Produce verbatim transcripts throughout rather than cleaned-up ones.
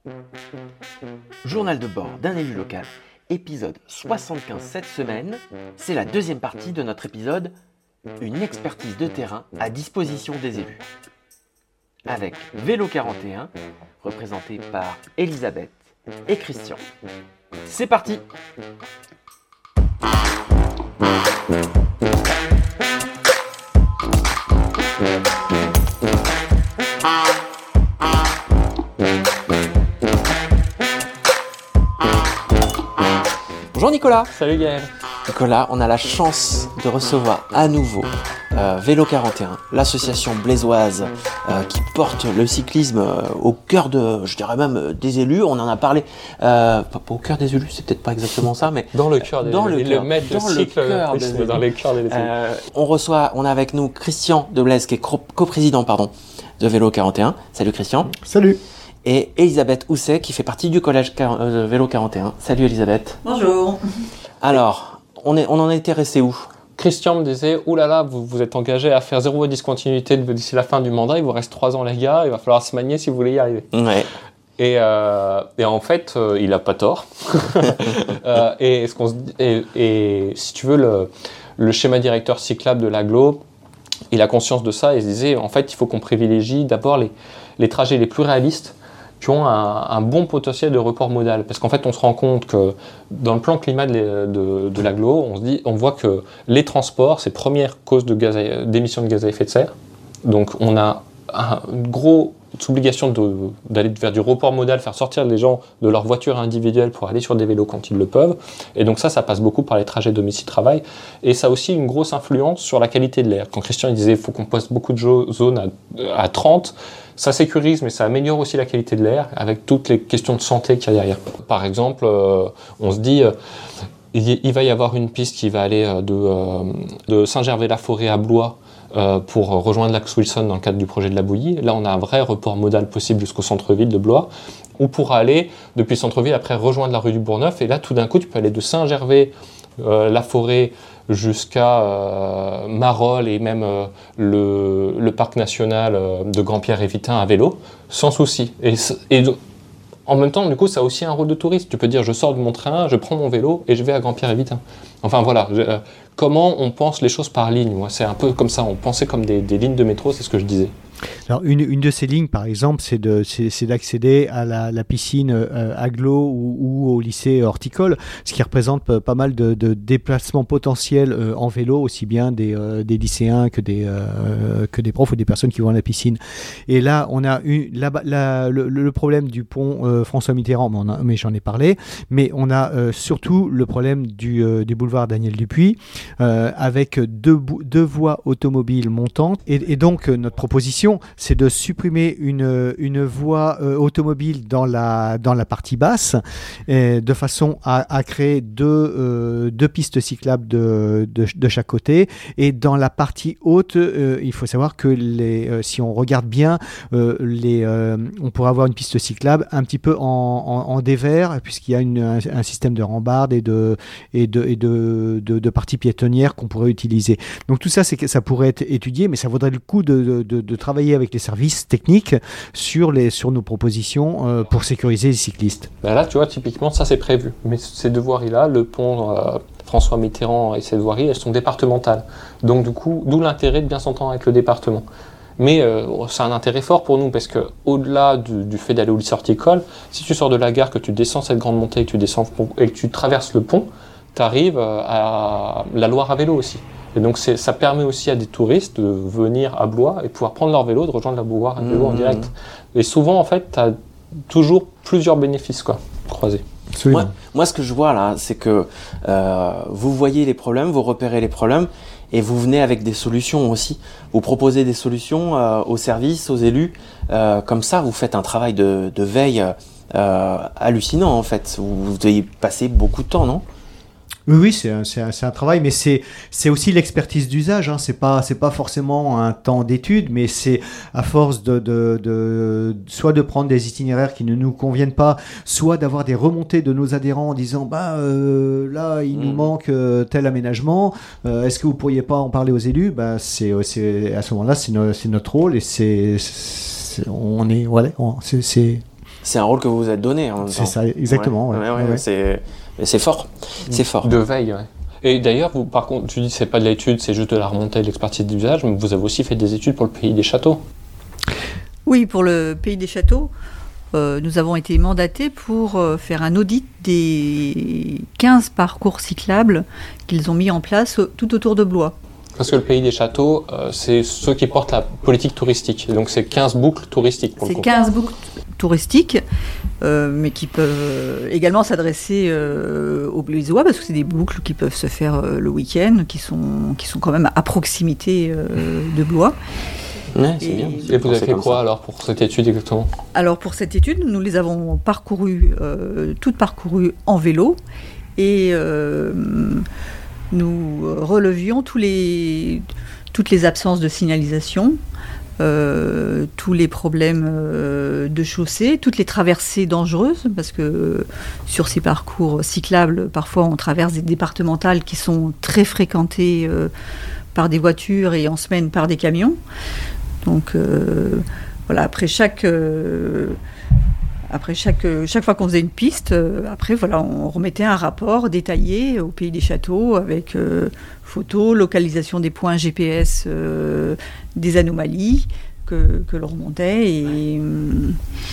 Journal de bord d'un élu local, épisode soixante-quinze cette semaine. C'est la deuxième partie de notre épisode « Une expertise de terrain à disposition des élus ». Avec Vélo quarante et un, représenté par Elisabeth et Christian. C'est parti! Bonjour Nicolas. Salut Gaël. Nicolas, on a la chance de recevoir à nouveau euh, Vélo quarante et un, l'association blésoise euh, qui porte le cyclisme euh, au cœur de, je dirais même, euh, des élus. On en a parlé, euh, pas, pas au cœur des élus, c'est peut-être pas exactement ça, mais dans le cœur des dans élus. Le cœur, le maître de cycle, des dans les cœurs des élus. Euh, on reçoit, on a avec nous Christian de Blaise qui est coprésident pardon, de Vélo quarante et un. Salut Christian. Salut. Et Elisabeth Housset qui fait partie du collège euh, Vélo quarante et un. Salut Elisabeth. Bonjour. Alors, on, est, on en était resté où ? Christian me disait, oulala, vous vous êtes engagé à faire zéro discontinuité d'ici la fin du mandat, il vous reste trois ans les gars, il va falloir se manier si vous voulez y arriver. Ouais. Et, euh, et en fait, euh, il n'a pas tort. euh, et, ce qu'on se dit, et, et si tu veux, le, le schéma directeur cyclable de l'agglo, il a conscience de ça et il se disait, en fait, il faut qu'on privilégie d'abord les, les trajets les plus réalistes qui ont un, un bon potentiel de report modal. Parce qu'en fait, on se rend compte que dans le plan climat de, de, de l'agglo, on, se dit, on voit que les transports, c'est première cause de gaz à, d'émissions de gaz à effet de serre. Donc, on a un, une grosse obligation de, d'aller vers du report modal, faire sortir les gens de leur voiture individuelle pour aller sur des vélos quand ils le peuvent. Et donc ça, ça passe beaucoup par les trajets domicile-travail. Et ça a aussi une grosse influence sur la qualité de l'air. Quand Christian il disait qu'il faut qu'on poste beaucoup de zones à, à trente, ça sécurise, mais ça améliore aussi la qualité de l'air avec toutes les questions de santé qu'il y a derrière. Par exemple, euh, on se dit, euh, il, il va y avoir une piste qui va aller de, euh, de Saint-Gervais-la-Forêt à Blois euh, pour rejoindre l'Axe Wilson dans le cadre du projet de la Bouillie. Là, on a un vrai report modal possible jusqu'au centre-ville de Blois, ou pour aller depuis le centre-ville, après rejoindre la rue du Bourgneuf. Et là, tout d'un coup, tu peux aller de Saint-Gervais-la-Forêt jusqu'à euh, Marolles et même euh, le, le parc national euh, de Grand-Pierre et Vitin à vélo, sans souci. Et, et en même temps, du coup, ça a aussi un rôle de touriste. Tu peux dire, je sors de mon train, je prends mon vélo et je vais à Grand-Pierre et Vitin. Enfin voilà, je, euh, comment on pense les choses par ligne. Moi, c'est un peu comme ça, on pensait comme des, des lignes de métro, c'est ce que je disais. Alors une, une de ces lignes, par exemple, c'est, de, c'est, c'est d'accéder à la, la piscine euh, agglo ou, ou au lycée horticole, ce qui représente p- pas mal de, de déplacements potentiels euh, en vélo, aussi bien des, euh, des lycéens que des, euh, que des profs ou des personnes qui vont à la piscine. Et là, on a eu la, la, le, le problème du pont euh, François Mitterrand, mais, on a, mais j'en ai parlé, mais on a euh, surtout le problème du, euh, du boulevard Daniel Dupuy, euh, avec deux, deux voies automobiles montantes. Et, et donc, euh, notre proposition, c'est de supprimer une, une voie euh, automobile dans la, dans la partie basse, euh, de façon à, à créer deux, euh, deux pistes cyclables de, de, de chaque côté. Et dans la partie haute, euh, il faut savoir que les, euh, si on regarde bien, euh, les, euh, on pourrait avoir une piste cyclable un petit peu en, en, en dévers, puisqu'il y a une, un, un système de rambarde et de, et de, et de, de, de parties piétonnières qu'on pourrait utiliser. Donc tout ça, c'est que ça pourrait être étudié, mais ça vaudrait le coup de, de, de, de travailler avec les services techniques sur, les, sur nos propositions euh, pour sécuriser les cyclistes. Ben là, tu vois, typiquement, ça c'est prévu. Mais ces deux voiries-là, le pont euh, François Mitterrand et cette voirie, elles sont départementales. Donc du coup, d'où l'intérêt de bien s'entendre avec le département. Mais euh, c'est un intérêt fort pour nous, parce qu'au-delà du, du fait d'aller au lycée horticole, si tu sors de la gare, que tu descends cette grande montée, que tu, descends, et que tu traverses le pont, tu arrives à la Loire à vélo aussi. Et donc c'est, ça permet aussi à des touristes de venir à Blois et pouvoir prendre leur vélo, de rejoindre la Loire à vélo mmh. en direct. Et souvent, en fait, tu as toujours plusieurs bénéfices quoi, croisés. Moi, moi, ce que je vois là, c'est que euh, vous voyez les problèmes, vous repérez les problèmes et vous venez avec des solutions aussi. Vous proposez des solutions euh, aux services, aux élus. Euh, comme ça, vous faites un travail de, de veille euh, hallucinant en fait. Vous, vous devez y passer beaucoup de temps, non ? Oui, oui, c'est un, c'est un, c'est un travail, mais c'est, c'est aussi l'expertise d'usage. Hein. C'est pas, c'est pas forcément un temps d'étude, mais c'est à force de, de, de, soit de prendre des itinéraires qui ne nous conviennent pas, soit d'avoir des remontées de nos adhérents en disant, bah euh, là, il mmh. nous manque euh, tel aménagement. Euh, est-ce que vous pourriez pas en parler aux élus ? Bah, c'est, c'est à ce moment-là, c'est, no, c'est notre rôle et c'est, c'est on est, voilà, on, c'est, c'est c'est un rôle que vous vous êtes donné en même C'est temps. ça, exactement. Ouais, ouais. ouais, ouais, Ouais, ouais. C'est, c'est fort. C'est fort. De veille, ouais. Et d'ailleurs, vous, par contre, tu dis que c'est pas de l'étude, c'est juste de la remontée de l'expertise d'usage, mais vous avez aussi fait des études pour le pays des châteaux. Oui, pour le Pays des Châteaux, euh, nous avons été mandatés pour euh, faire un audit des quinze parcours cyclables qu'ils ont mis en place euh, tout autour de Blois. Parce que le pays des châteaux, euh, c'est ceux qui portent la politique touristique. Et donc c'est quinze boucles touristiques pour C'est le coup. quinze boucles touristiques, euh, mais qui peuvent également s'adresser euh, aux Blésois, parce que c'est des boucles qui peuvent se faire euh, le week-end, qui sont, qui sont quand même à proximité euh, de Blois. Ouais, c'est Et- bien. Et vous avez fait comme quoi ça. alors pour cette étude exactement? Alors pour cette étude, nous les avons parcourues, euh, toutes parcourues en vélo, et euh, nous relevions tous les, toutes les absences de signalisation, euh, tous les problèmes euh, de chaussée, toutes les traversées dangereuses, parce que sur ces parcours cyclables, parfois on traverse des départementales qui sont très fréquentées euh, par des voitures et en semaine par des camions. Donc euh, voilà, après chaque, euh, après chaque, chaque fois qu'on faisait une piste, euh, après voilà, on remettait un rapport détaillé au Pays des Châteaux avec euh, photos, localisation des points G P S, euh, des anomalies que, que l'on remontait. Et, euh,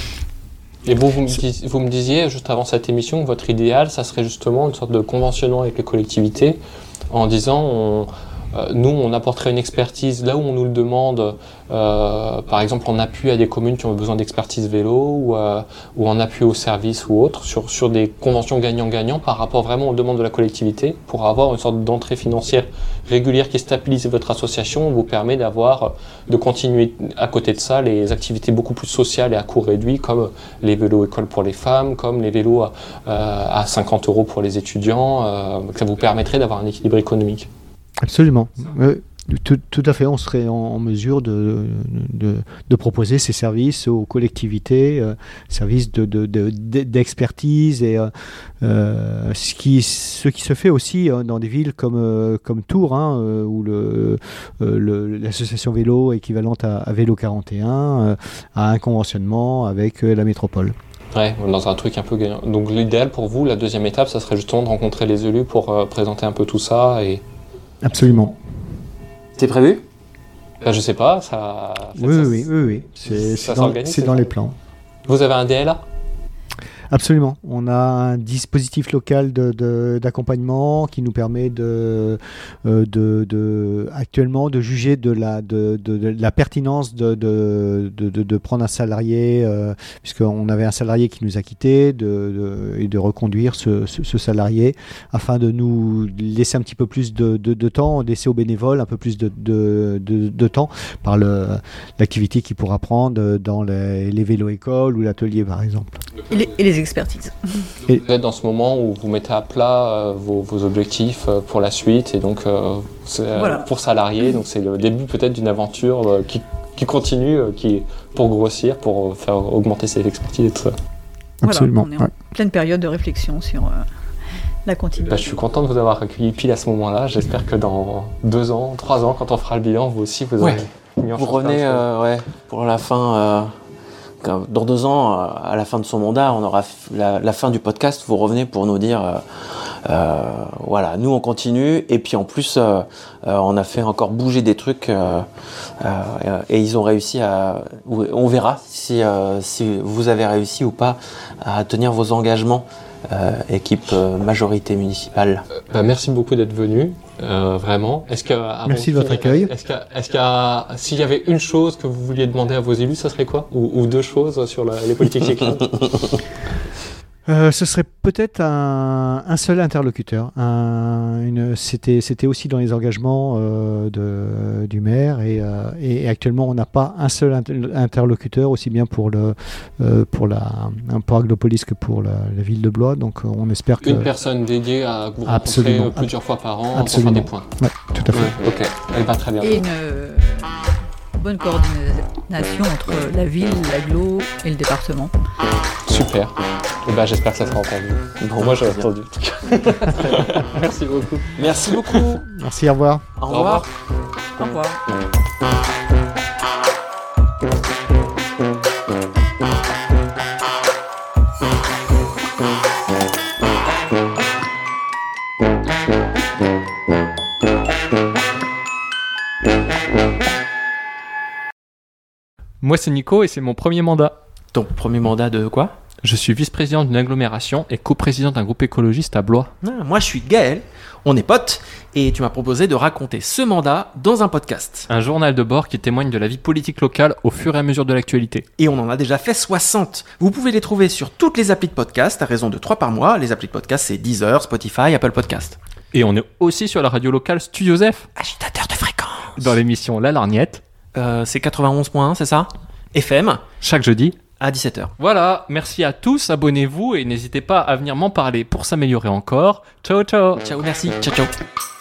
Et vous, vous me, dis- vous me disiez juste avant cette émission que votre idéal, ça serait justement une sorte de conventionnement avec les collectivités en disant on, euh, nous, on apporterait une expertise là où on nous le demande, euh, par exemple en appui à des communes qui ont besoin d'expertise vélo ou, euh, ou en appui aux services ou autres, sur, sur des conventions gagnant-gagnant par rapport vraiment aux demandes de la collectivité pour avoir une sorte d'entrée financière régulière qui stabilise votre association, vous permet d'avoir, de continuer à côté de ça les activités beaucoup plus sociales et à coût réduit comme les vélos écoles pour les femmes, comme les vélos à, euh, à cinquante euros pour les étudiants, euh, ça vous permettrait d'avoir un équilibre économique. Absolument. Euh, tout, tout à fait, on serait en, en mesure de, de, de proposer ces services aux collectivités, euh, services de, de, de, de- d'expertise, et euh, euh, ce, qui, ce qui se fait aussi euh, dans des villes comme, euh, comme Tours, hein, euh, où le, euh, le- l'association vélo équivalente à, à Vélo quarante et un euh, a un conventionnement avec euh, la métropole. Ouais, dans un truc un peu gagnant. Donc l'idéal pour vous, la deuxième étape, ça serait justement de rencontrer les élus pour euh, présenter un peu tout ça et... Absolument. C'est prévu? Ben, je sais pas, ça... Oui, ça- oui, oui, oui. C'est, ça c'est, dans, s'organise, c'est c'est dans ça les plans. Vous avez un D L A? Absolument. On a un dispositif local de, de- d'accompagnement qui nous permet de, euh, de, de- actuellement de juger de la, de, de- de la pertinence de, de, de, de- de prendre un salarié, euh, puisqu'on avait un salarié qui nous a quittés, de, de- et de reconduire ce, ce- ce salarié afin de nous laisser un petit peu plus de, de- de temps, laisser aux bénévoles un peu plus de, de- de- de temps par le, l'activité qu'il pourra prendre dans les, les vélos-écoles ou l'atelier par exemple. et, les, et les expertises. Et- Vous êtes dans ce moment où vous mettez à plat euh, vos, vos objectifs euh, pour la suite et donc euh, c'est, euh, Voilà. pour salariés, donc c'est le début peut-être d'une aventure euh, qui, qui continue, euh, qui pour grossir, pour euh, faire augmenter ses expertises et tout ça. Absolument. Voilà, on est en ouais. pleine période de réflexion sur euh, la continuité. Bah, je suis content de vous avoir accueilli pile à ce moment-là. J'espère que dans deux ans, trois ans, quand on fera le bilan, vous aussi vous aurez Ouais. mis en Vous chance plein de revenez choses. euh, ouais, pour la fin. euh, quand- dans deux ans, euh, à la fin de son mandat, on aura f- la, la fin du podcast. Vous revenez pour nous dire, euh, euh, voilà, nous on continue. Et puis en plus, euh, euh, on a fait encore bouger des trucs euh, euh, et ils ont réussi à. On verra si, euh, si vous avez réussi ou pas à tenir vos engagements. Euh, équipe euh, majorité municipale. Bah, merci beaucoup d'être venu, euh, vraiment. Est-ce que, avant Merci de votre finir, accueil. Est-ce qu'il y a- est-ce qu'il y a- s'il y avait une chose que vous vouliez demander à vos élus, ça serait quoi ou, ou deux choses sur la- les politiques cyclables? Euh, ce serait peut-être un, un seul interlocuteur. Un- une, c'était, c'était aussi dans les engagements euh, de, du maire et, euh, et actuellement on n'a pas un seul inter- interlocuteur aussi bien pour, le, euh, pour, la, pour Aglopolis que pour la, la ville de Blois. Donc euh, on espère que... Une personne dédiée à vous rencontrer Absolument. euh, plusieurs fois par an Absolument. pour faire des points. Ouais, tout à fait. Ouais, ok, elle va très bien. Et une euh, bonne coordination entre la ville, l'agglo et le département. Super. Et ben, j'espère que ça sera entendu. Bon, Moi, j'ai très bien. entendu. Merci beaucoup. Merci beaucoup. Merci, au revoir. Au Au revoir. revoir. Au revoir. Moi, c'est Nico et c'est mon premier mandat. Ton premier mandat de quoi ? Je suis vice-président d'une agglomération et coprésident d'un groupe écologiste à Blois. Ah, moi, je suis Gaël, on est potes, et tu m'as proposé de raconter ce mandat dans un podcast. Un journal de bord qui témoigne de la vie politique locale au fur et à mesure de l'actualité. Et on en a déjà fait soixante. Vous pouvez les trouver sur toutes les applis de podcast, à raison de trois par mois. Les applis de podcast, c'est Deezer, Spotify, Apple Podcast. Et on est aussi sur la radio locale Studio Zef. Agitateur de fréquence. Dans l'émission La Larniette. Euh, c'est quatre-vingt-onze point un, c'est ça ? F M. Chaque jeudi. À dix-sept heures. Voilà, merci à tous, abonnez-vous et n'hésitez pas à venir m'en parler pour s'améliorer encore. Ciao, ciao. Ciao, merci. Ciao, ciao.